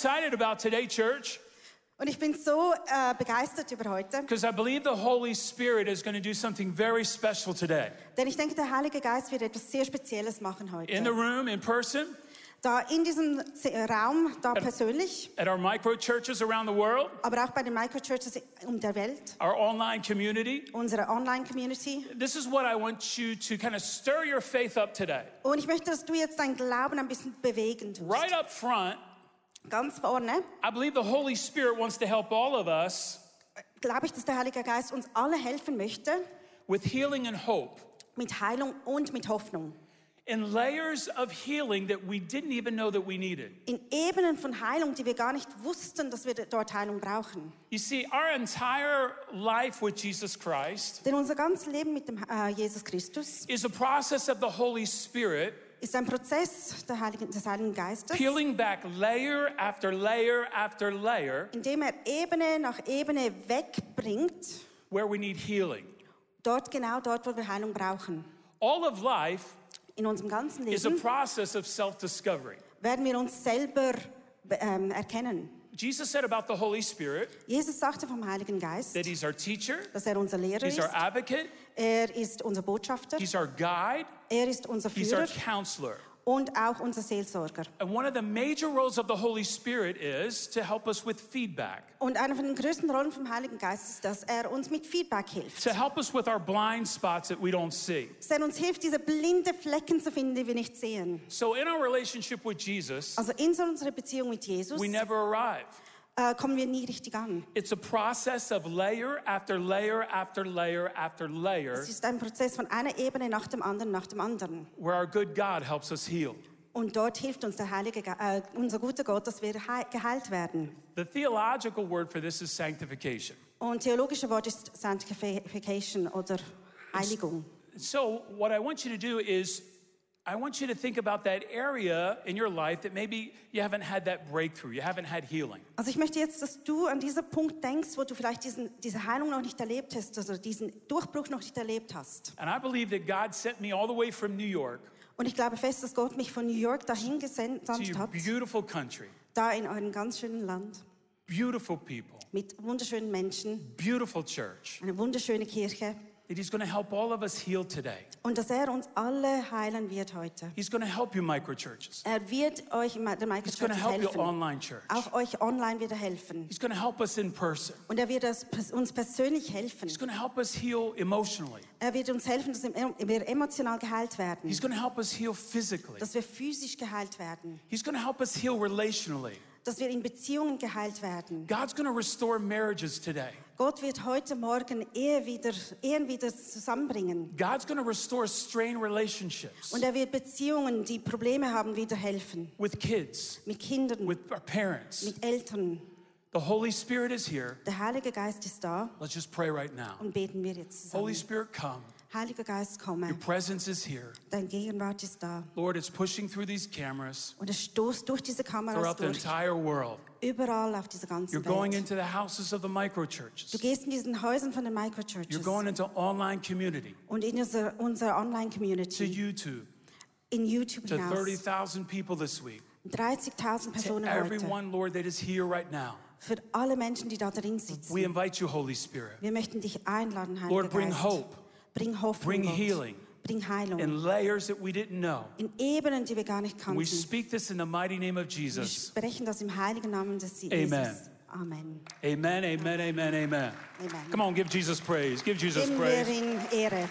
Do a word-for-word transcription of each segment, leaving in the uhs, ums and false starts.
excited about today, church. Und ich bin so äh, begeistert über heute, Because I believe the Holy Spirit is going to do something very special today. denn ich denke, der Heilige Geist wird etwas sehr Spezielles machen heute. In the room, in person, Da in diesem Z- Raum, da persönlich, at our micro churches around the world, aber auch bei den Microchurches um der Welt, our online community. unsere Online-Community. This is what I want you to kind of stir your faith up today. Und ich möchte, dass du jetzt deinen Glauben ein bisschen bewegen tust. Right up front, Ganz vorne I believe the Holy Spirit wants to help all of us glaube ich, dass der Heilige Geist uns alle helfen möchte with healing and hope mit Heilung und mit Hoffnung. in layers of healing that we didn't even know that we needed. In Ebenen von Heilung, die wir gar nicht wussten, dass wir dort Heilung brauchen. You see, our entire life with Jesus Christ Denn unser ganzes Leben mit dem äh, Jesus Christus is a process of the Holy Spirit ist ein Prozess der Heiligen, des Heiligen Geistes, peeling back layer after layer after layer in dem er Ebene nach Ebene wegbringt, where we need healing. dort genau dort, wo wir Heilung brauchen. All of life In unserem ganzen is a Leben process of self-discovery. werden wir uns selber ähm, erkennen. Jesus said about the Holy Spirit Jesus sagte vom Heiligen Geist, that he's our teacher, dass er unser Lehrer he's ist, our advocate, er ist unser Botschafter, he's our guide, er ist unser he's our Führer counselor. und auch unser Seelsorger. And one of the major roles of the Holy Spirit is to help us with feedback, Und eine von den größten Rollen vom Heiligen Geist ist, dass er uns mit Feedback hilft. to help us with our blind spots that we don't see. Dass er uns hilft, diese blinde Flecken zu finden, die wir nicht sehen. So in our relationship with Jesus, Also in so unserer Beziehung mit Jesus we never arrive. äh, kommen wir nie richtig an. It's a process of layer after layer after layer after layer Es ist ein Prozess von einer Ebene nach dem anderen, nach dem anderen. where our good God helps us heal. Und dort hilft uns der Heilige, Ge äh, unser guter Gott, dass wir hei- geheilt werden. The theological word for this is sanctification. Und theologische Wort ist Sanctification oder Heiligung. So what I want you to do is I want you to think about that area in your life that maybe you haven't had that breakthrough, you haven't had healing. Also ich möchte jetzt, dass du an diesen Punkt denkst, wo du vielleicht diesen, diese Heilung noch nicht erlebt hast, also diesen Durchbruch noch nicht erlebt hast. And I believe that God sent me all the way from New York Und ich glaube fest, dass Gott mich von New York dahin gesandt to your hat, beautiful country, da in einem ganz schönen Land, beautiful people, mit wunderschönen Menschen, beautiful church, eine wunderschöne Kirche. that He's going to help all of us heal today. Und dass er uns alle heilen wird heute. He's going to help you microchurches. Er wird euch in der He's going to Microchurch help you helfen. online church. Auch euch online wieder helfen. He's going to help us in person. Und er wird das, uns persönlich helfen. He's going to help us heal emotionally. Er wird uns helfen, dass wir emotional geheilt werden. He's going to help us heal physically. Dass wir physisch geheilt werden. He's going to help us heal relationally. Dass wir in Beziehungen geheilt werden. God's going to restore marriages today. Gott wird heute Morgen Ehe wieder, Ehen wieder zusammenbringen. God's going to restore strained relationships Und er wird Beziehungen, die Probleme haben, wieder helfen. with kids, Mit Kindern, with our parents. mit Eltern. The Holy Spirit is here. Der Heilige Geist ist da Let's just pray right now. und beten wir jetzt zusammen. Holy Spirit, come. Heiliger Geist, Your komme. presence is here. Dein Gegenwart ist da. Lord, it's pushing through these cameras Und es stoßt durch diese Kameras throughout the durch. entire world. Überall auf dieser ganzen You're going Welt. into the houses of the microchurches. Du gehst in diesen Häusern von den You're Microchurches going into online community, und in unserer, unserer to Online-Community, YouTube, in YouTube to hinaus. thirty thousand people this week. dreißigtausend To Personen heute. everyone, Lord, that is here right now. Für alle Menschen, die da drin sitzen. We invite you, Holy Spirit. Wir möchten dich einladen, Heiliger Lord, bring Geist. hope. Bring Hoffnung, Bring Gott. healing. Bring Heilung. In layers that we didn't know. In Ebenen, die wir gar nicht We kannten. speak this in the mighty name of Wir Jesus. sprechen das im heiligen Namen des Jesus. Amen. Amen. Amen, amen, amen, amen. Amen. Come on, give Jesus praise. Give Jesus Geben wir praise. ihm Ehre.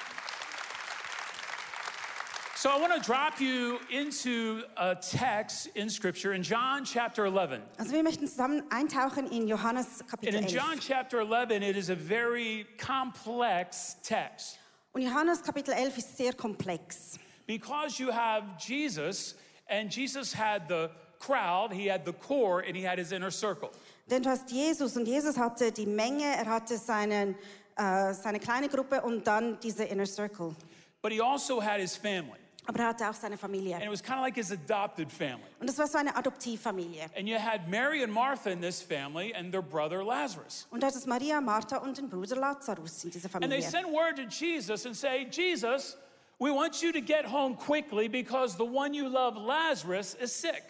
So I want to drop you into a text in Scripture in John chapter eleven. Also wir möchten zusammen eintauchen in Johannes And Kapitel in elf. John chapter eleven, it is a very complex text Und Johannes Kapitel elf ist sehr komplex. because you have Jesus, and Jesus had the crowd, he had the core, and he had his inner circle. Denn du hast Jesus und Jesus hatte die Menge, er hatte seinen, äh, seine kleine Gruppe und dann diese Inner Circle. But he also had his family, Aber er hatte auch seine and Familie. it was kind of like his adopted family. Und das war so eine Adoptivfamilie. And you had Mary and Martha in this family and their brother Lazarus. Und da ist Maria, Martha und den Bruder Lazarus in dieser And they Familie. send word to Jesus and say, Jesus, we want you to get home quickly because the one you love, Lazarus, is sick.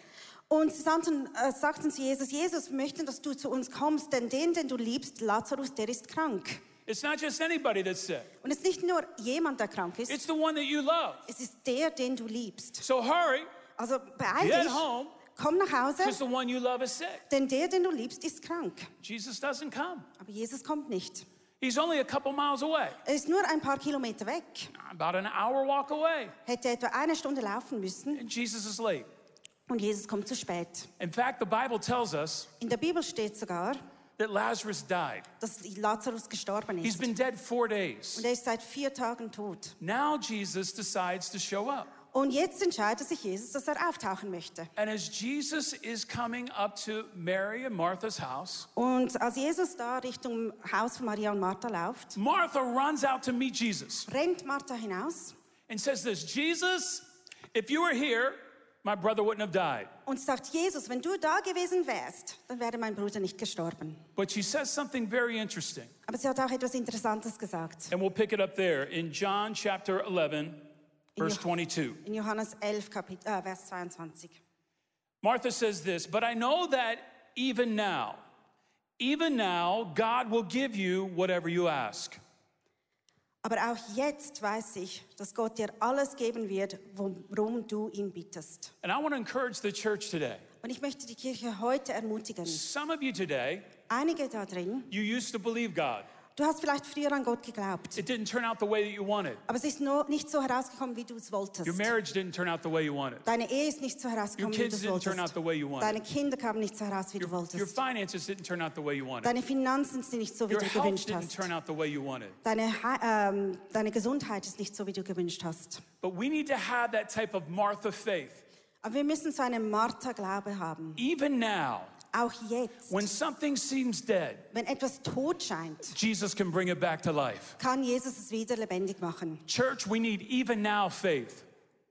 Und sie sagten, äh, sagten zu Jesus, Jesus, wir möchten, dass du zu uns kommst, denn den, den du liebst, Lazarus, der ist krank. It's not just anybody that's sick. Und es ist nicht nur jemand, der krank ist, It's the one that you love. es ist der, den du liebst. So hurry, Also beeil get dich, home, komm nach Hause, because the one you love is sick. denn der, den du liebst, ist krank. Jesus doesn't come. Aber Jesus kommt nicht. He's only a couple miles away, Er ist nur ein paar Kilometer weg. about an hour walk away, Hätte etwa eine Stunde laufen müssen and Jesus is late. und Jesus kommt zu spät. In fact, the Bible tells us In der Bibel steht sogar, that Lazarus died. dass Lazarus gestorben He's ist. been dead four days. Und er ist seit vier Tagen tot. Now Jesus decides to show up. Und jetzt entscheidet sich Jesus, dass er auftauchen möchte. And as Jesus is coming up to Mary and Martha's house, Und als Jesus da Richtung Haus von Maria und Martha läuft, Martha runs out to meet Jesus rennt Martha hinaus and says this, Jesus, if you were here, my brother wouldn't have died. und sagt, Jesus, wenn du da gewesen wärst, dann wäre mein Bruder nicht gestorben. But she says something very interesting. Aber sie hat auch etwas Interessantes gesagt. And we'll pick it up there in John chapter eleven, verse Jo- twenty-two. In Johannes elf, Kapit äh, Vers zweiundzwanzig. Martha says this, but I know that even now, even now, God will give you whatever you ask. Aber auch jetzt weiß ich, dass Gott dir alles geben wird, worum du ihn bittest. And I want to encourage the church today. Und ich möchte die Kirche heute ermutigen. Some of you today, Einige da drin, you used to believe God. du hast vielleicht früher an Gott geglaubt, It didn't turn out the way that you wanted. aber es ist nur nicht so herausgekommen, wie du es wolltest. Your marriage didn't turn out the way you wanted. Deine Ehe ist nicht so Your herausgekommen, wie du kids es didn't turn out wolltest. the way you wanted. Deine Kinder kamen nicht so heraus, wie du Your, your wolltest. finances didn't turn out the way you wanted. Deine Finanzen sind nicht so, wie Your du health gewünscht didn't hast. turn out the way you wanted. Deine, He- ähm, deine Gesundheit ist nicht so, wie du gewünscht hast. But we need to have that type of Martha faith. Aber wir müssen so einen Martha-Glaube haben. Even now, Auch jetzt, when something seems dead, wenn etwas tot scheint, Jesus can bring it back to life. kann Jesus es wieder lebendig machen. Church, we need even now faith.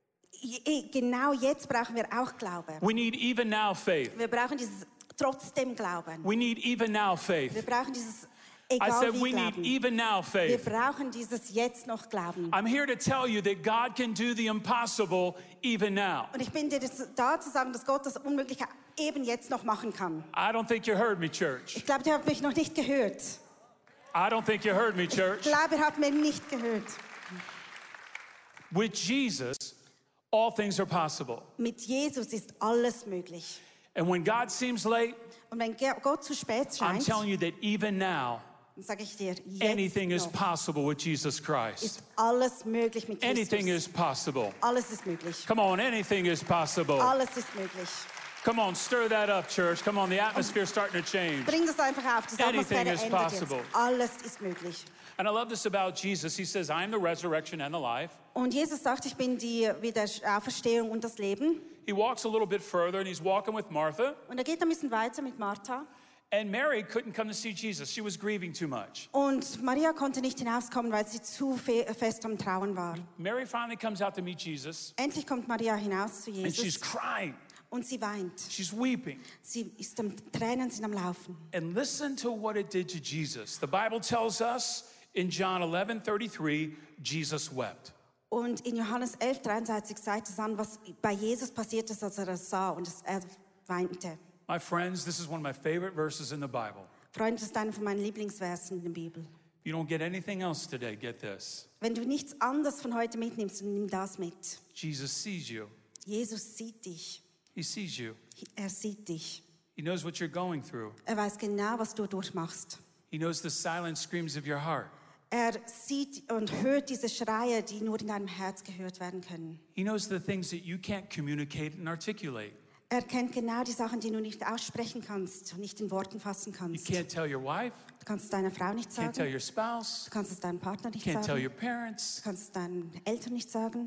Je- Genau jetzt brauchen wir auch Glaube. We need even now faith. Wir brauchen dieses trotzdem Glauben. We need even now Wir faith. brauchen dieses I egal said wie we need Glauben. even now Wir faith. brauchen dieses jetzt noch Glauben. I'm here to tell you that God can do the impossible even now. Und ich bin dir das, da zu sagen, dass Gott das Unmögliche eben jetzt noch machen kann. I don't think you heard me, church. Ich glaube, ihr habt mich noch nicht gehört. I don't think you heard me, Ich church. glaube, ihr habt mich nicht gehört. With Jesus, all things are possible. Mit Jesus ist alles möglich. And when God seems late, Und wenn Ge- Gott zu spät I'm scheint, telling you that even now, dann sage ich dir, jetzt anything is noch possible with Jesus Christ. ist alles möglich mit Anything Christus. is possible. Alles ist möglich. Come on, anything is possible. Alles ist möglich. Come on, stir that up, church. Come on, the atmosphere's starting to change. Bring das einfach auf. Die Anything Atmosphäre is ändert jetzt. possible. Alles ist möglich. And I love this about Jesus. He says, I am the resurrection and the life. Und Jesus sagt, ich bin die Wiederauferstehung und das Leben. He walks a little bit further and he's walking with Martha. Und er geht ein bisschen weiter mit Martha. And Mary couldn't come to see Jesus. She was grieving too much. Und Maria konnte nicht hinauskommen, weil sie zu fe fest am Trauen war. Mary finally comes out to meet Jesus Endlich kommt Maria hinaus zu and she's Jesus crying. und sie weint. She's weeping. Sie ist am Tränen sind am Laufen. And listen to what it did to Jesus. The Bible tells us in John eleven thirty-three, Jesus wept. Und in Johannes elf dreiunddreißig zeigt es an, was bei Jesus passiert ist, als er das sah und es, er weinte. My friends, this is one of my favorite verses in the Bible. Freunde, das ist einer von meinen Lieblingsversen in der Bibel. If you don't get anything else today, get this. Wenn du nichts anderes von heute mitnimmst, dann nimm das mit. Jesus sees you. Jesus sieht dich. He sees you. Er sieht dich. He knows what you're going through. Er weiß genau, was du durchmachst. He knows the silent screams of your heart. Er sieht und hört diese Schreie, die nur in deinem Herz gehört werden können. He knows the things that you can't communicate and articulate. Er kennt genau die Sachen, die du nicht aussprechen kannst und nicht in Worten fassen You kannst. can't tell your wife, Du kannst es deiner Frau nicht can't tell sagen. your spouse, Du kannst es deinem Partner nicht can't tell sagen. your parents, Du kannst es deinen Eltern nicht sagen.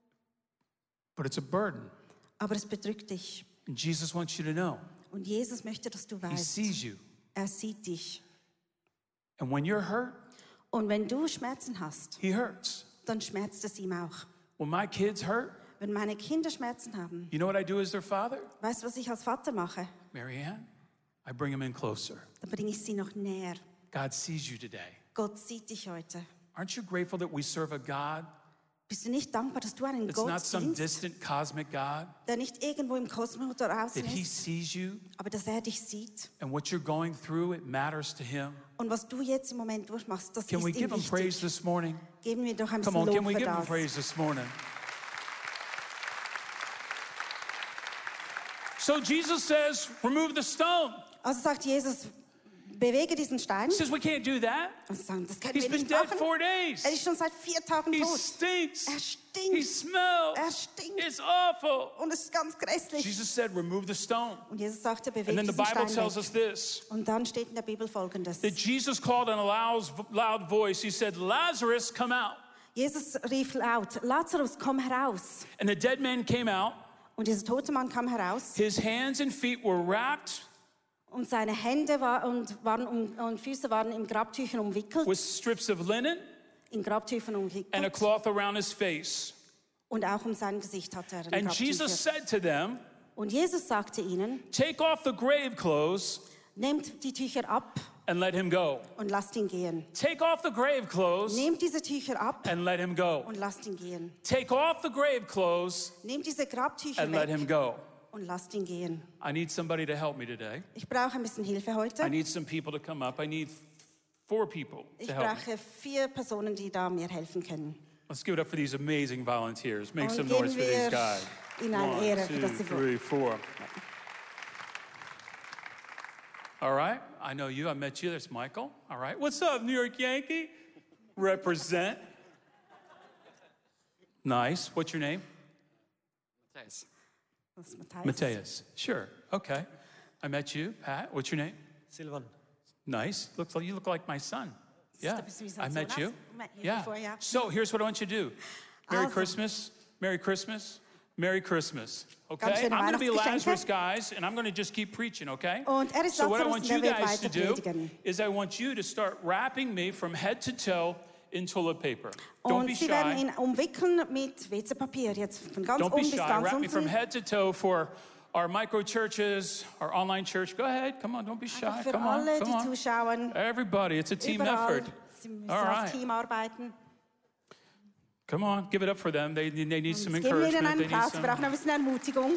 but it's a burden. Aber es bedrückt dich. And Jesus wants you to know. Und Jesus möchte, dass du He weißt, sees you. er sieht dich. And when you're hurt, Und wenn du Schmerzen hast, he hurts. dann schmerzt es ihm auch. When my kids hurt, Wenn meine Kinder Schmerzen haben, you know what I do as their father? weißt du, was ich als Vater mache? Marianne, I bring them in closer. Dann bringe ich sie noch näher. God sees you today. Gott sieht dich heute. Aren't you grateful that we serve a God Bist du nicht dankbar, dass du einen It's Gott not some dienst, distant cosmic God, der nicht irgendwo im Kosmos draußen that he ist, sees you aber dass er dich sieht? and what you're going through, it matters to him. Und was du jetzt im Moment durchmachst, das Can ist we ihm give him praise wichtig. this morning? Geben wir doch ein Come bisschen on, can Lob we für give him das. praise this morning? So Jesus says, remove the stone. Also sagt Jesus, bewege diesen Stein. He says, we can't do that. Und sie sagen, das können He's wir been nicht dead machen. four days. Er ist schon seit vier Tagen He tot. stinks. Er He stinkt. smells. Er stinkt. It's awful. Und es ist ganz grässlich. Jesus said, remove the stone. Und Jesus sagte, bewege And then the diesen Bible Stein tells weg. us this, Und dann steht in der Bibel Folgendes. that Jesus called in a loud, loud voice. He said, Lazarus, come out. Jesus rief laut, Lazarus, komm heraus. And the dead man came out. Und dieser tote Mann kam heraus. His hands and feet were wrapped Und seine Hände war, und, waren um, und Füße waren in Grabtüchern umwickelt. with strips of linen In Grabtüchern and a umwickelt. cloth around his face. Und auch um sein Gesicht hatte er And Jesus Grabtücher. said to them, Und Jesus sagte ihnen, take off the grave clothes nehmt die Tücher ab and let him go. und lasst ihn gehen. Take off the grave clothes Nehmt diese Tücher ab and let him go. und lasst ihn gehen. Take off the grave clothes Nehmt diese Grabtücher and let him weg go. und lasst ihn gehen. I need somebody to help me today. Ich brauche ein bisschen Hilfe I heute. need some people to come up. I need four people Ich to help me. brauche vier Personen, die da mir helfen können. Let's give it up for these amazing volunteers. Make Und some geben noise for these wir guys. ihnen eine One, Ehre, für two, das sie three, four. All right, I know you. I met you. There's Michael. All right, what's up, New York Yankee? Represent. Nice. What's your name? Matthijs. Das ist Matthias. Mateus. Sure. Okay. I met you, Pat. What's your name? Silvan. Nice. Looks like you look like my son. Yeah, ein bisschen wie I sein met Sohn you. aus. Met you Yeah. before, yeah. So here's what I want you to do. Merry Also. Christmas. Merry Christmas. Merry Christmas. Okay? Ganz schöne I'm going to be Weihnachtsgeschenke. Lazarus, guys, and I'm going to just keep preaching, okay? Und er ist So what I Lazarus, want und you er wird guys to weiter do predigen. is I want you to start wrapping me from head to toe in toilet paper. Don't Und be sie werden shy. ihn umwickeln mit W C-Papier, jetzt von ganz Don't be oben shy. bis ganz Wrap me from unten. head to toe for our micro churches, our online church. Go ahead. Come on. Don't be shy. Einfach für Come on. alle, Come die on. zuschauen, Everybody. It's a team überall. effort. Sie müssen All als right. Team arbeiten. Come on. Give it up for them. They, they need some Jetzt geben wir ihnen encouragement. einen They need Applaus, wir some... brauchen ein bisschen Ermutigung.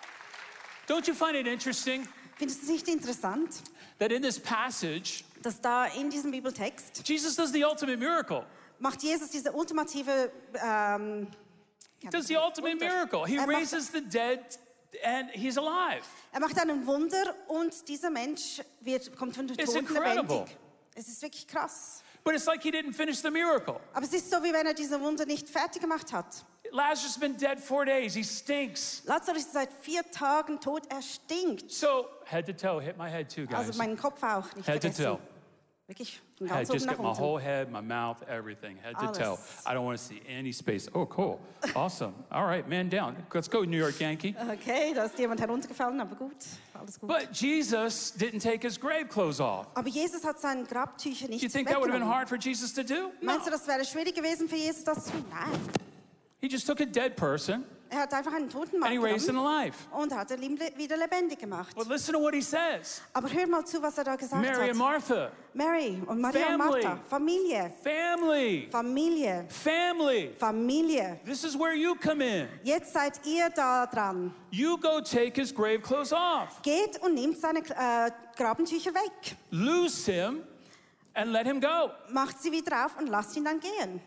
Don't you find it interesting Findest du es nicht interessant, that in this passage, dass da in diesem Bibeltext Jesus does the ultimate miracle? macht Jesus diese ultimative ähm, He does the ultimate Wunder. miracle. He Er macht- raises the dead and he's alive. Er macht einen Wunder und dieser Mensch wird, kommt von den It's Toten incredible. lebendig. Es ist wirklich krass. But it's like he didn't finish the miracle. Aber es ist so, wie wenn er diese Wunder nicht fertig gemacht hat. Lazarus has been dead four days. He stinks. Lazarus ist seit vier Tagen tot, er stinkt. So, head to toe, hit my head too, Also guys. meinen Kopf auch, nicht Head to vergessen. toe. Wirklich von Head, ganz oben just nach get my unten. whole head, my mouth, everything, head to toe. Alles. I don't want to see any space. Oh, cool. Awesome. All right, man down. Let's go, New York Yankee. Okay, da ist jemand heruntergefallen, aber gut, alles gut. But Jesus didn't take his grave clothes off. Aber Jesus hat seine Grabtücher Do you nicht think that would have been weggenommen. hard for Jesus to do? No. Meinst du, das wäre schwierig gewesen für Jesus, das zu tun? Nein. He just took a dead person Er hat einfach einen toten and Mann he raised him genommen alive. und hat ihn le- wieder lebendig gemacht. But listen to what he says. Aber hör mal zu, was er da gesagt Mary hat. and Martha, Mary und Maria und Family. Martha. Familie. family, Familie. family. Familie. This is where you come in. Jetzt seid ihr da dran. You go take his grave clothes off, Geht und nehmt seine äh, Grabentücher weg. loose him, and let him go. Macht sie wieder auf und lasst ihn dann gehen.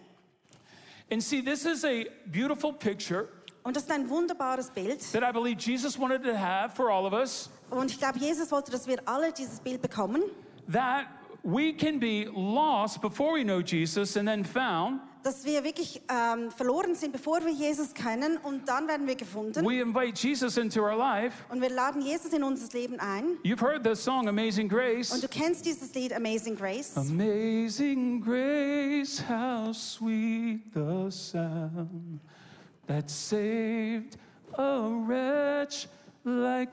And see, this is a beautiful picture Und das ist ein wunderbares Bild. that I believe Jesus wanted to have for all of us, Und ich glaube, Jesus wollte, dass wir alle dieses Bild bekommen. that we can be lost before we know Jesus and then found. Dass wir wirklich ähm, verloren sind, bevor wir Jesus kennen. Und dann werden wir gefunden. We invite Jesus into our life. Und wir laden Jesus in unser Leben ein. You've heard the song Amazing Und Grace. du kennst dieses Lied Amazing Grace. Amazing grace, how sweet the sound that saved a wretch like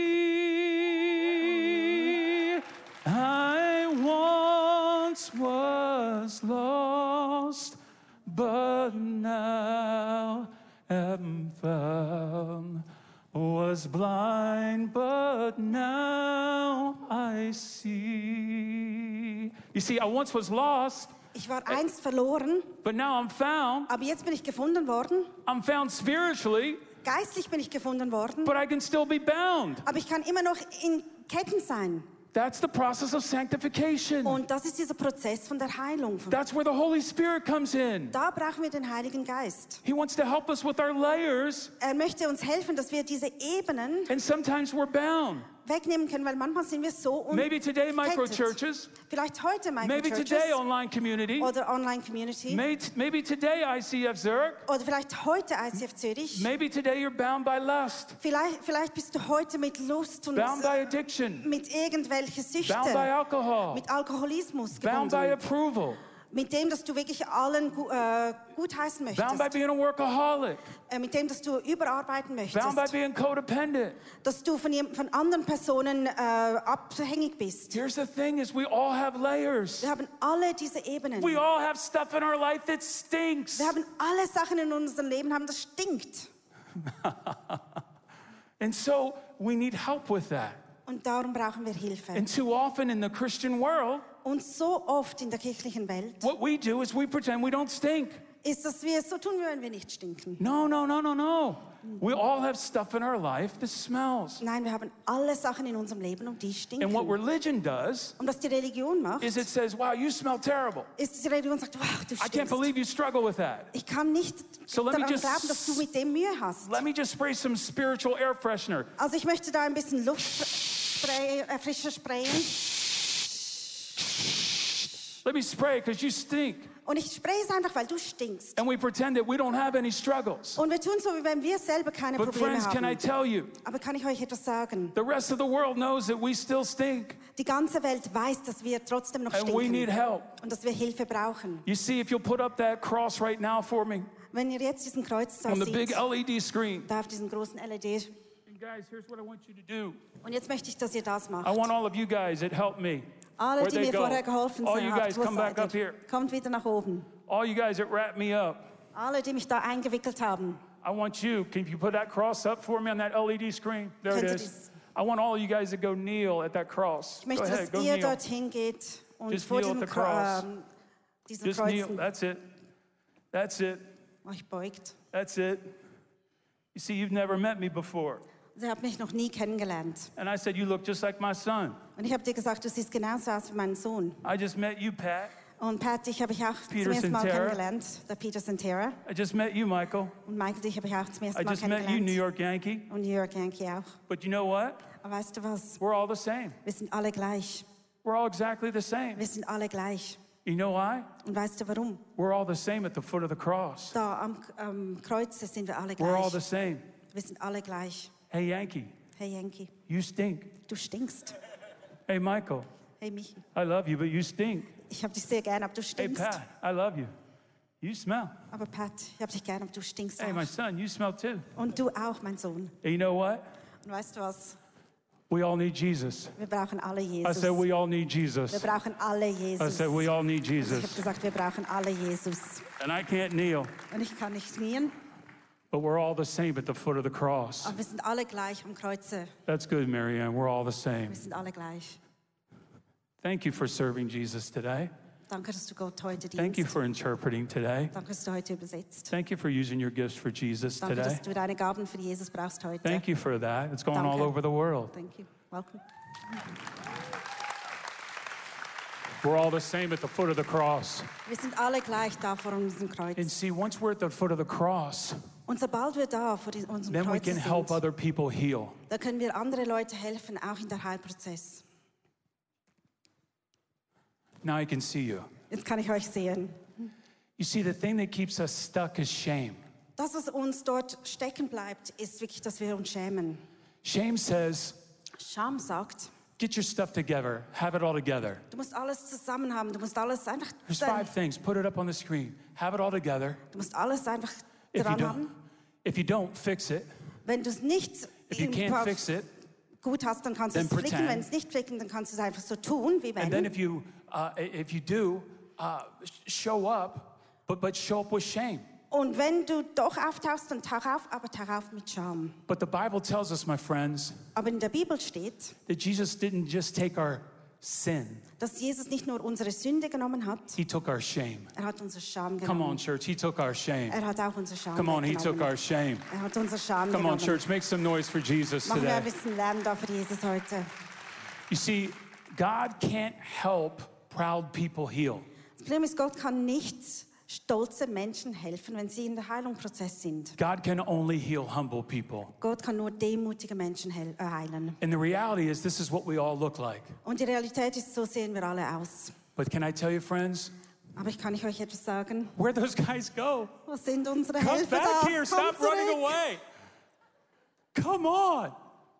me. I once was lost, but now am found. Was blind, but now I see. You see, I once was lost. Ich war einst verloren, but now I'm found. aber jetzt bin ich gefunden worden. I'm found spiritually, Geistlich bin ich gefunden worden, but I can still be bound. aber ich kann immer noch in Ketten sein. That's the process of sanctification. Und das ist dieser Prozess von der Heilung. That's where the Holy Spirit comes in. Da brauchen wir den Heiligen Geist. He wants to help us with our layers, Er möchte uns helfen, dass wir diese Ebenen and sometimes we're bound. wegnehmen können, weil manchmal sind wir so Maybe today micro unkettet. churches, Vielleicht heute maybe Microchurches today online community, oder Online-Community May- maybe today I C F Zurich, oder vielleicht heute I C F Zürich. maybe today you're bound by lust, Vielleicht, vielleicht bist du heute mit Lust und bound by addiction, mit irgendwelchen bound by Süchten, alcohol, mit Alkoholismus bound by gebunden, approval, mit dem, dass du wirklich allen gu äh, gutheißen bound by möchtest, being a workaholic, äh, mit dem, dass du überarbeiten bound by möchtest, being codependent. dass du von, jem- von anderen Personen äh, abhängig bist. Here's the thing is we all have layers. Wir haben alle diese Ebenen. We all have stuff in our life that stinks. Wir haben alle Sachen in unserem Leben, haben das stinkt. And so we need help with that. Und darum brauchen wir Hilfe. And too often in the Christian world, Und so oft in der kirchlichen Welt what we do is we pretend we don't stink. ist, dass wir es so tun, wie wenn wir nicht stinken. No, no, no, no, no. We all have stuff in our life that smells. Nein, wir haben alle Sachen in unserem Leben und die And stinken. what religion does Und was die Religion macht, is it says, wow, you smell terrible. ist, dass die Religion sagt, wow, du I can't stinkst. believe you struggle with that. Ich kann nicht So let me daran just- glauben, dass du mit dem Mühe hast. Let me just spray some spiritual air freshener. Also ich möchte da ein bisschen Luftspray, äh, frischer sprayen. Let me spray because you stink. Und ich spraye es einfach, weil du stinkst. And we pretend that we don't have any struggles. Und wir tun so, wie wenn wir selber keine But Probleme friends, can I haben. tell you, Aber kann ich euch etwas sagen? the rest of the world knows that we still stink Die ganze Welt weiß, dass wir trotzdem noch and we need stinken help. und dass wir Hilfe brauchen. You see, if you'll put up that cross right now for me Wenn ihr jetzt diesen Kreuz da on the big seht, L E D screen. da auf diesem großen L E D. And guys, here's what I want you to do. Und jetzt möchte ich, dass ihr das I macht. want all of you guys that helped me. Alle, Where'd die they mir go? vorher geholfen All you haben, guys wo come back seid up ihr? here. Kommt wieder nach oben. All you guys that wrap me up. Alle, die mich da eingewickelt haben. I want you, can you put that cross up for me on that L E D screen? There it Könnt ihr is. dies- I want all you guys to go kneel at that cross. Ich Go möchte, ahead, dass go ihr kneel. dorthin geht und Just vor kneel diesem, at the Kro- cross. ähm, diesen Just kneel, Kreuzen that's it. That's it, euch beugt. that's it. You see, you've never met me before. Sie habt mich noch nie kennengelernt. And I said, you look just like my son. Und ich habe dir gesagt, du siehst genauso aus wie mein Sohn. I just met you, Pat. Und Pat, dich habe ich auch Peter zum ersten Mal Cetera. kennengelernt. Der Peter Santera. I just met you, Michael. Und Michael, dich habe ich auch zum I ersten Mal just met you, New kennengelernt. York Yankee. Und New York Yankee auch. But you know what? Aber weißt du was? We're all the same. Wir sind alle gleich. We're all exactly the same. Wir sind alle gleich. You know why? Und weißt du warum? We're all the same at the foot of the cross. Da am, am Kreuz sind wir alle We're all the gleich. same. Wir sind alle gleich. Hey, Yankee, Hey Yankee, you stink. du stinkst. Hey, Michael, Hey Michi, I love you, but you stink. ich habe dich sehr gern, aber du Hey, stinkst. Pat, I love you. You smell. Aber Pat, ich habe dich gern, aber du stinkst Hey, my auch. son, you smell too. Und du auch, mein Sohn. And you know what? Und weißt du was? We all need Jesus. Wir brauchen alle I Jesus. said, we all need Wir Jesus. brauchen alle I Jesus. said, we all need Also ich habe Jesus. gesagt, wir brauchen alle Jesus. And I can't kneel, Und ich kann nicht knien, but we're all the same at the foot of the cross. aber wir sind alle gleich am Kreuze. That's good, Marianne. We're all the same. Wir sind alle gleich. Thank you for serving Jesus today. Danke, dass du Gott heute Thank you dienst. for interpreting today. Danke, dass du heute übersetzt. Thank you for using your gifts for Jesus Danke, today. dass du deine Gaben für Jesus brauchst heute. Thank you for that. It's going all Danke. over the world. Thank you. Welcome. We're all the same at the foot of the cross. Wir sind alle gleich da vor unserem And Kreuz. see, once we're at the foot of the cross, Und sobald wir da vor die- unserem then we Kreuz can help sind, other people heal. da können wir andere Leute helfen, auch in der Heilprozess. Now I can see you. Jetzt kann ich euch sehen. You see, the thing that keeps us stuck is shame. Das, was uns dort stecken bleibt, ist wirklich, dass wir uns schämen. Shame says, Scham sagt, get your stuff together, have it all together. du musst alles zusammen haben, du musst alles einfach, There's five things. Put it up on the screen. Have it all together. du musst alles einfach If you dran don't, haben. if you don't, fix it. Wenn du es nicht If you im can't Kopf fix it, gut hast, dann kannst du then es flicken. pretend. Wenn es nicht flicken, dann kannst du es einfach so tun, wie and then wenn. if you uh, if you do, uh, show up, but but show up with shame. Und wenn du doch auftauchst, dann tauch auf, aber tauch auf mit Scham. But the Bible tells us, my friends, Aber in der Bibel steht, that Jesus didn't just take our sin. Dass Jesus nicht nur unsere Sünde genommen hat, He took our shame. er hat unsere Scham Come on, genommen. church. He took our shame. Er hat auch unsere Scham Come on, he took weggenommen. our shame. Er hat unsere Scham Come on, genommen. church. Make some noise for Jesus Machen wir ein today. bisschen Lärm da für Jesus heute. You see, God can't help proud people heal. Das Problem ist, Gott kann nicht stolze Menschen helfen, wenn sie in der Heilungsprozess sind. God can only heal humble people. Gott kann nur demutige Menschen heil- äh, heilen. And the reality is, this is what we all look like. Und die Realität ist, so sehen wir alle aus. But can I tell you, friends, Aber ich kann ich euch etwas sagen? where those guys go? Wo sind unsere Come Helfer back da? here. Kommt Stop running zurück. away. Come on.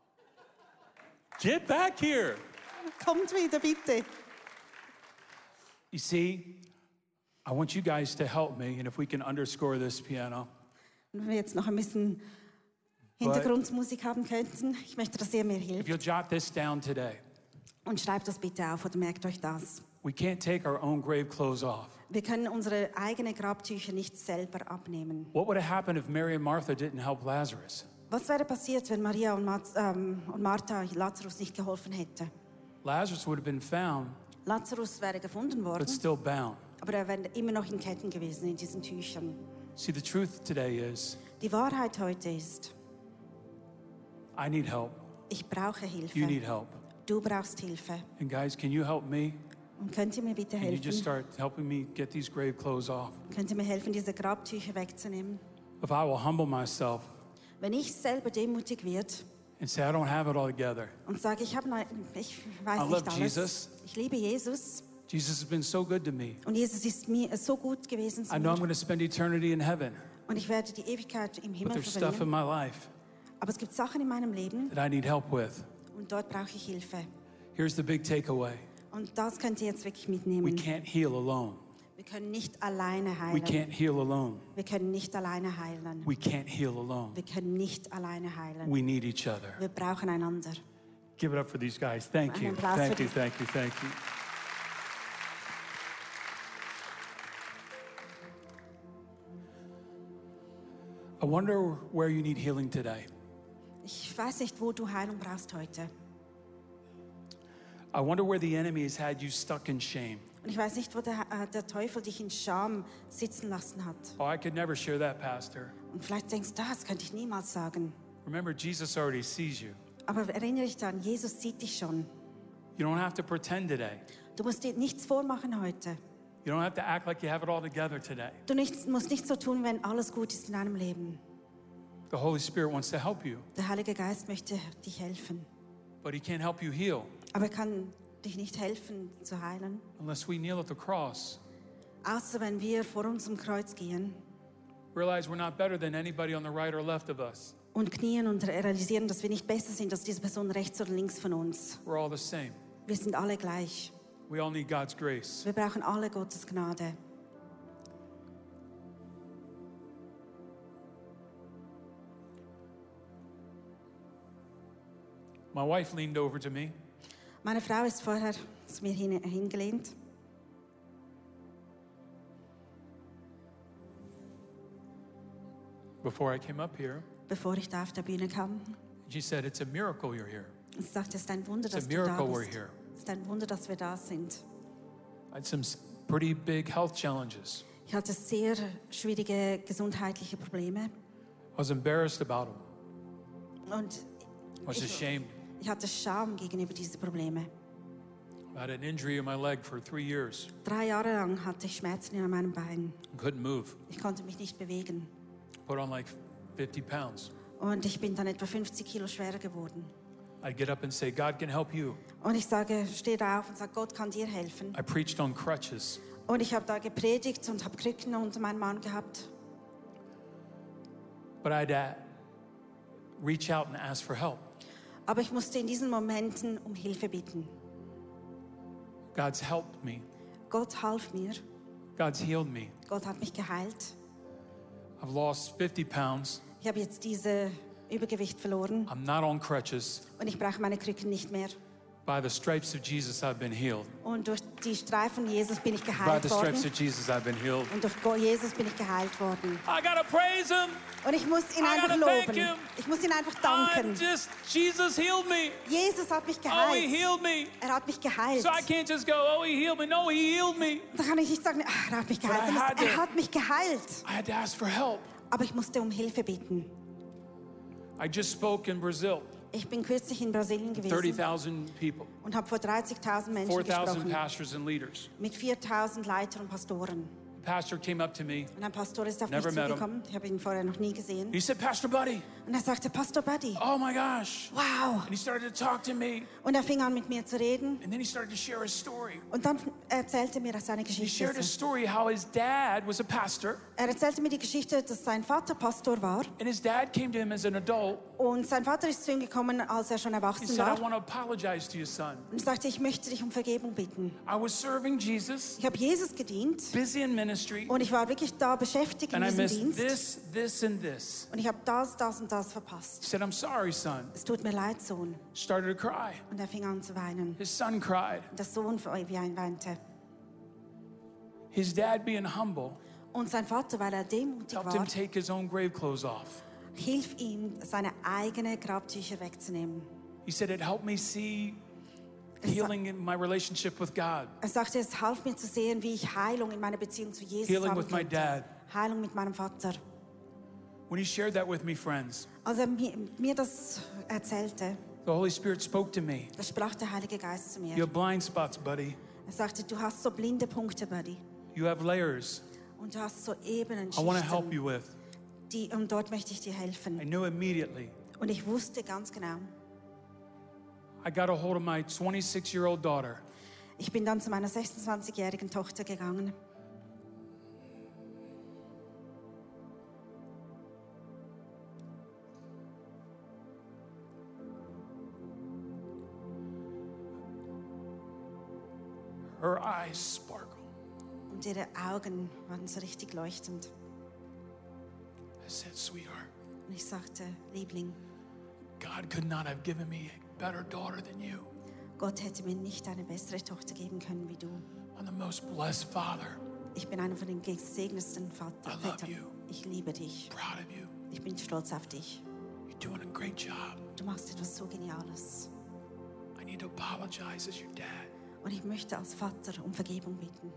Get back here. Kommt wieder, bitte. You see, I want you guys to help me, and if we can underscore this piano. Wenn wir jetzt noch ein bisschen Hintergrundmusik haben könnten, ich möchte, dass ihr mir If hilft. you'll jot this down today. Und schreibt das bitte auf oder merkt euch das. We can't take our own grave clothes off. Wir können unsere eigenen Grabtücher nicht selber abnehmen. What would have happened if Mary and Martha didn't help Lazarus? Was wäre passiert, wenn Maria und, Mat, ähm, und Martha Lazarus nicht geholfen hätten? Lazarus would have been found, Lazarus wäre gefunden worden, but still bound. aber er wäre immer noch in Ketten gewesen, in diesen Tüchern. See, the truth today is, Die Wahrheit heute ist, I need help. ich brauche Hilfe. You need help. Du brauchst Hilfe. And guys, can you help me? Und könnt ihr mir bitte Can you just helfen? start helping me get these grave clothes off? Könnt ihr mir helfen, diese Grabtücher wegzunehmen? If I will humble myself Wenn ich selber demutig werde and say, I don't have it all together. und sage, ich, habe ne, ich I weiß love nicht alles. Jesus. Ich liebe Jesus Jesus has been so good to me. und Jesus ist mir so gut gewesen zu I know I'm mir. going to spend eternity in heaven, Und ich werde die Ewigkeit im but Himmel there's stuff in verbringen. my life Aber es gibt Sachen in meinem Leben that I need help with. und dort brauche ich Hilfe. Here's the big takeaway. Und das könnt ihr jetzt wirklich We mitnehmen. can't heal alone. Wir können nicht alleine We heilen. can't heal alone. Wir können nicht alleine heilen. We can't heal alone. Wir können nicht alleine heilen. We need each other. Wir brauchen einander. Give it up for these guys. Thank Einen you. Applaus Thank für you, die- thank you, thank you. I wonder where you need healing today. Ich weiß nicht, wo du Heilung brauchst heute. I wonder where the enemy has had you stuck in shame. Und ich weiß nicht, wo der, äh, der Teufel dich in Scham sitzen lassen hat. Oh, I could never share that, Pastor. Und vielleicht denkst du, das könnte ich niemals sagen. Remember, Jesus already sees you. Aber erinnere dich daran, Jesus sieht dich schon. You don't have to pretend today. Du musst dir nichts vormachen heute. You don't have to act like you have it all together today. Du nicht, musst nicht so tun, wenn alles gut ist in deinem Leben. The Holy Spirit wants to help you, Der Heilige Geist möchte dich helfen. but He can't help you heal Aber er kann dich nicht helfen zu heilen. unless we kneel at the cross. Außer wenn wir vor unserem Kreuz gehen Realize we're not better than anybody on the right or left of us. und knien und realisieren, dass wir nicht besser sind als diese Person rechts oder links von uns. We're all the same. Wir sind alle gleich. We all need God's grace. Wir brauchen alle Gottes Gnade. My wife leaned over to me Meine Frau ist vorher zu mir hin, hingelehnt. before I came up here. Bevor ich da auf der Bühne kam. She said, "It's a miracle you're here." Und sie sagte, es ist ein Wunder, It's a dass du da miracle we're bist. here. Es ist ein Wunder, dass wir da sind. I had some s- pretty big health challenges. Ich hatte sehr schwierige gesundheitliche Probleme I was embarrassed about them. und I was ich, ashamed. ich hatte Scham gegenüber diesen Problemen. I had an injury in my leg for three years. Drei Jahre lang hatte ich Schmerzen in meinem Bein. Couldn't move. Ich konnte mich nicht bewegen. Put on like fifty pounds. Und ich bin dann etwa fünfzig Kilo schwerer geworden. I'd get up and say, "God can help you." Und ich sage, stehe da auf und sage, Gott kann dir helfen. I preached on crutches. Und ich habe da gepredigt und habe Krücken unter meinem Mann gehabt. But I'd uh, reach out and ask for help. Aber ich musste in diesen Momenten um Hilfe bitten. God's helped me. Gott half mir. God's healed me. Gott hat mich geheilt. I've lost fifty pounds. Ich habe jetzt diese Übergewicht verloren I'm not on crutches. und ich brauche meine Krücken nicht mehr. By the stripes of Jesus, I've been healed. Und durch die Streifen Jesus bin ich By geheilt the stripes worden. of Jesus, I've been healed. Und durch Gott- Jesus bin ich geheilt worden. I gotta praise him. Und ich muss ihn I einfach gotta thank loben. him. Ich muss ihn einfach I danken. just, Jesus healed me. Jesus hat mich Oh, he geheilt. healed me. Er hat mich geheilt. So I can't just go, oh, he healed me. No, he healed me. Da kann ich nicht sagen, ah, er hat mich geheilt. I sondern had to- Er hat mich geheilt. I had to ask for help. Aber ich musste um Hilfe bitten. I just spoke in Brazil, Ich bin kürzlich in Brasilien thirty gewesen thousand people, und habe vor dreißigtausend Menschen four thousand gesprochen. pastors and leaders. Mit viertausend Leitern und Pastoren. The pastor came up to me. Und ein Pastor ist auf Never mich met him. zugekommen. Ich habe ihn vorher noch nie gesehen. He said, Pastor Buddy, Und er sagte, Pastor Buddy, oh my gosh. wow. And he started to talk to me. Und er fing an mit mir zu reden. And then he started to share his story. Und dann erzählte mir seine He Geschichte. shared his story how his dad was a pastor. Er erzählte mir die Geschichte, dass sein Vater Pastor war. And his dad came to him as an adult. Und sein Vater ist zu ihm gekommen, als er schon He erwachsen said, I war. want to apologize to you, son. Und er sagte, ich möchte dich um Vergebung bitten. I was serving Jesus, Ich habe Jesus gedient. busy in ministry, Und ich war wirklich da beschäftigt in and I diesem missed Dienst. this, this, and this. Und ich habe das, das und das He verpasst. said, I'm sorry, son. Es tut mir leid, Sohn. Started to cry. Und er fing an zu weinen. His son cried. Und der Sohn wie ein weinte. His dad, being humble, Und sein Vater, weil er demutig helped him war, take his own grave clothes off. hilf ihm, seine eigenen Grabtücher wegzunehmen. He said, it helped me see healing in my relationship with God, Er sagte, es half mir zu sehen, wie ich Heilung in meiner Beziehung zu Jesus healing haben with my könnte. dad. Heilung mit meinem Vater. When he shared that with me, friends, Als er mir, mir das erzählte, the Holy Spirit spoke to me. da sprach der Heilige Geist zu mir. You have blind spots, buddy. Er sagte, du hast so blinde Punkte, Buddy. You have layers Und du hast so Ebenen, I want to help Schichten, you with. die, und dort möchte ich dir I helfen. knew immediately. Und ich wusste ganz genau. I got a hold of my twenty-six-year-old daughter. Ich bin dann zu meiner sechsundzwanzigjährigen Tochter gegangen. Her eyes sparkle. Und ihre Augen waren so richtig leuchtend. I said, sweetheart, Und ich sagte, Liebling, God could not have given me a better daughter than you. Gott hätte mir nicht eine bessere Tochter geben können wie du. I'm the most blessed father. Ich bin einer von den gesegnetsten I Vater- love Vätern. you. Ich liebe dich. Proud of you. Ich bin stolz auf dich. You're doing a great job. Du machst etwas so Geniales. I need to apologize as your dad. Und ich möchte als Vater um Vergebung bitten.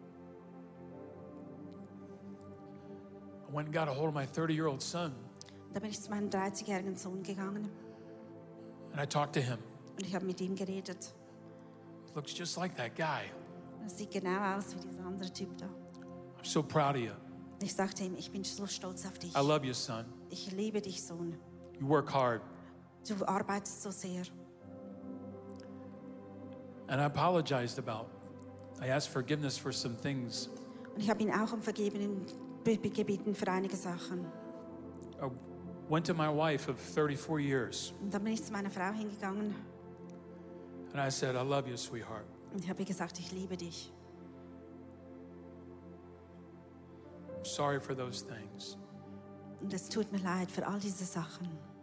I went and got a hold of my thirty-year-old son, Da bin ich zu meinem dreißigjährigen Sohn gegangen and I talked to him. und ich habe mit ihm geredet. He looks just like that guy. Er sieht genau aus wie dieser andere Typ da. I'm so proud of you. Und ich sagte ihm, ich bin so stolz auf dich. I love you, son. Ich liebe dich, Sohn. You work hard. Du arbeitest so sehr. And I apologized about. I asked forgiveness for some things. Und ich habe ihn auch um Vergebung gebeten für einige Sachen. I went to my wife of thirty-four years, Und dann bin ich zu meiner Frau hingegangen and I said, I love you, sweetheart. und ich habe ihr gesagt, ich liebe dich. I'm sorry for those things. Und es tut mir leid für all diese Sachen.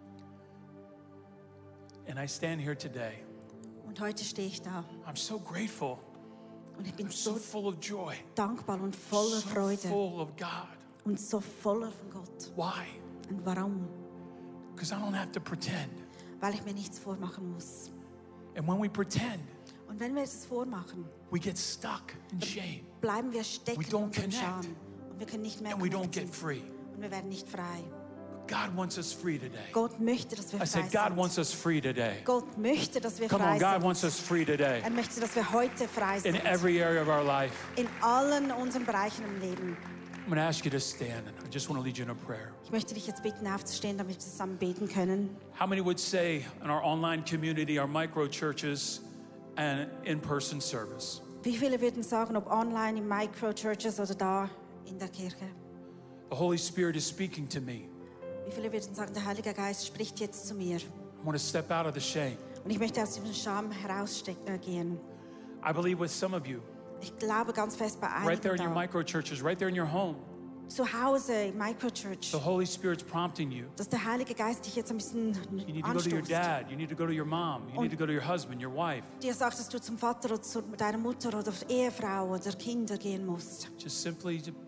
And I stand here today. Und heute stehe ich da I'm so grateful. und ich bin I'm so so full of joy. dankbar und voller So Freude full of God. und so voller von Gott. Why? Und warum? Because I don't have to pretend. Weil ich mir nichts vormachen muss. And when we pretend, Und wenn wir es vormachen, we get stuck in shame bleiben wir stecken We in don't unserem connect. Scham. Und wir können nicht mehr and we don't connecten. get free. Und wir werden nicht frei. God wants us free today. Gott möchte, dass wir I frei said, God sind. wants us free today. Gott möchte, dass wir Come frei on, God sind. wants us free today Er möchte, dass wir heute frei in sind. every area of our life. In allen unseren Bereichen im Leben. I'm going to ask you to stand, and I just want to lead you in a prayer. Ich möchte dich jetzt bitten, aufzustehen, damit wir zusammen beten können. How many would say in our online community, our micro churches, and in-person service? Wie viele würden sagen, ob online, in Micro-Churches oder da in der Kirche? The Holy Spirit is speaking to me. Wie viele würden sagen, der Heilige Geist spricht jetzt zu mir? I want to step out of the shame. Und ich möchte aus diesem Scham herausgehen. I believe with some of you, Ich glaube ganz fest bei right there einigen in your da, micro churches, right there in your home, zu Hause, Microchurch, the Holy Spirit's prompting you. dass der Heilige Geist dich jetzt ein bisschen You need to go to your anstoßt. dad. You need to go to your mom. You need to go to your husband, your wife. Dir sagt, dass du zum Vater oder zu deiner Mutter oder Ehefrau oder Kinder gehen musst. Just simply, ju-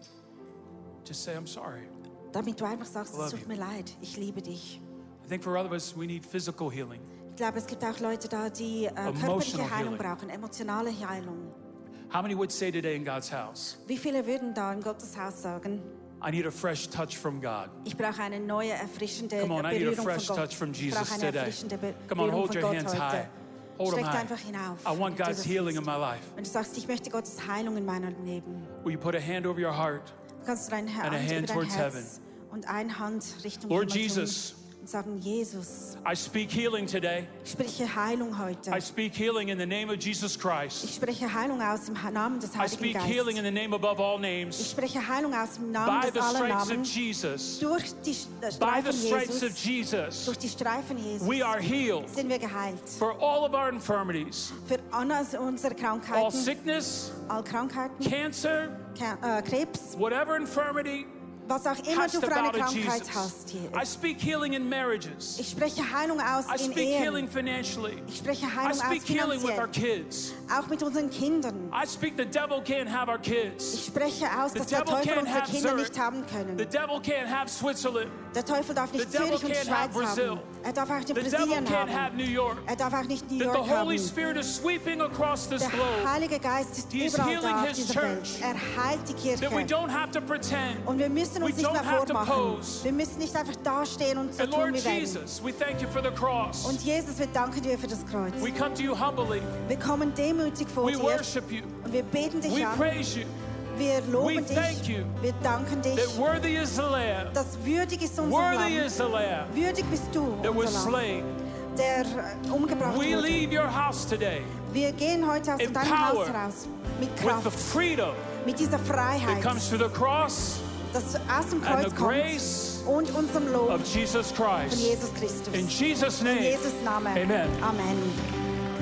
just say, I'm sorry. Damit du einfach sagst, es Love tut you. mir leid, ich liebe dich. I think for other of us, we need physical healing. Ich glaube, es gibt auch Leute da, die äh, Emotional körperliche Heilung healing. brauchen, emotionale Heilung. How many would say today in God's house, Wie viele würden da in Gottes Haus sagen, I need a fresh touch from God? ich brauche eine neue, erfrischende Come on, I need a Berührung fresh von Gott. touch from Ich Jesus brauche eine today. erfrischende Be Come on, Berührung hold von your Gott hands heute. high. Hold them Streck high. einfach hinauf. I want wenn du God's das healing in willst. my life. Wenn du sagst, ich möchte Gottes Heilung in meinem Leben, Will you put a hand over your heart? kannst du deine And a Hand hand über dein towards Herz und eine Hand Richtung Lord Himmel tun Jesus. und sagen, Jesus, I speak healing today. ich spreche Heilung heute. I speak healing in the name of Jesus Christ. Ich spreche Heilung aus im Namen des I Heiligen speak healing in Geistes. the name above all Ich names. spreche Heilung aus im Namen By des the aller stripes of Namen. Jesus. Durch die By Streifen the stripes of Jesus, Jesus. durch die Streifen Jesus We are healed sind wir geheilt. for all of our infirmities. Für alle unsere All Krankheiten, sickness, all Krankheiten, cancer, Ke- äh, Krebs, whatever infirmity was auch immer has du to für eine bow to Krankheit Jesus. hast hier. I speak healing in marriages. Ich spreche Heilung aus I in speak healing Ehen. financially. Ich spreche I Heilung aus speak healing with our finanziell. kids. Auch mit unseren Kindern. I speak the devil can't have our Ich kids. spreche aus, The dass der devil Teufel can't unsere have Kinder Zurich. nicht haben The können. devil can't have Switzerland. Der Teufel darf nicht The devil Zürich und can't have Schweiz Brazil. haben. Er darf auch nicht The devil Brasilien can't have haben. New York. Er darf auch nicht New That the York Holy haben. Spirit is sweeping across this Der globe. Heilige Geist ist He is überall healing da auf his dieser church. Welt. Er heilt die That we Kirche. don't have to pretend. Und wir müssen We uns nicht don't mehr have to vormachen. pose. Wir müssen nicht einfach dastehen und so And tun, Lord wie wenn. Jesus, we thank you for the cross. Und Jesus, wir danken dir für das Kreuz. We come to you humbly. Wir kommen demütig vor We dir worship you. und wir beten dich We an. praise you. Wir We loben thank dich. you Wir danken dich. that worthy is the Lamb. dass würdig ist unser Worthy Lamm. is the Lamb Würdig bist du, that was unser Lamm, slain. der äh, umgebracht We wurde. leave your house today Wir gehen heute aus deinem Haus empowered heraus mit with the Kraft, freedom mit dieser that Freiheit, comes through the cross das aus dem and Kreuz the kommt grace und unserem Lob of Jesus von Christ. Jesus Christus. In Jesus' In name, Jesus Namen. amen. Amen.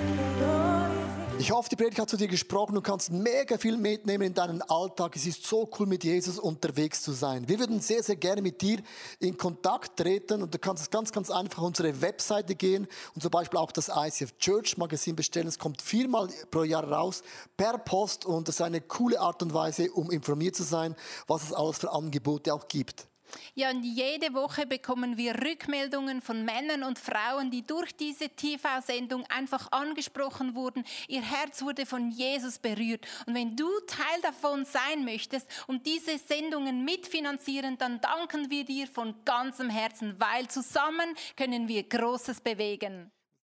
Ich hoffe, die Predigt hat zu dir gesprochen. Du kannst mega viel mitnehmen in deinen Alltag. Es ist so cool, mit Jesus unterwegs zu sein. Wir würden sehr, sehr gerne mit dir in Kontakt treten. Und du kannst ganz, ganz einfach auf unsere Webseite gehen und zum Beispiel auch das I C F Church Magazin bestellen. Es kommt viermal pro Jahr raus, per Post. Und das ist eine coole Art und Weise, um informiert zu sein, was es alles für Angebote auch gibt. Ja, und jede Woche bekommen wir Rückmeldungen von Männern und Frauen, die durch diese T V-Sendung einfach angesprochen wurden. Ihr Herz wurde von Jesus berührt. Und wenn du Teil davon sein möchtest und diese Sendungen mitfinanzieren, dann danken wir dir von ganzem Herzen, weil zusammen können wir Großes bewegen.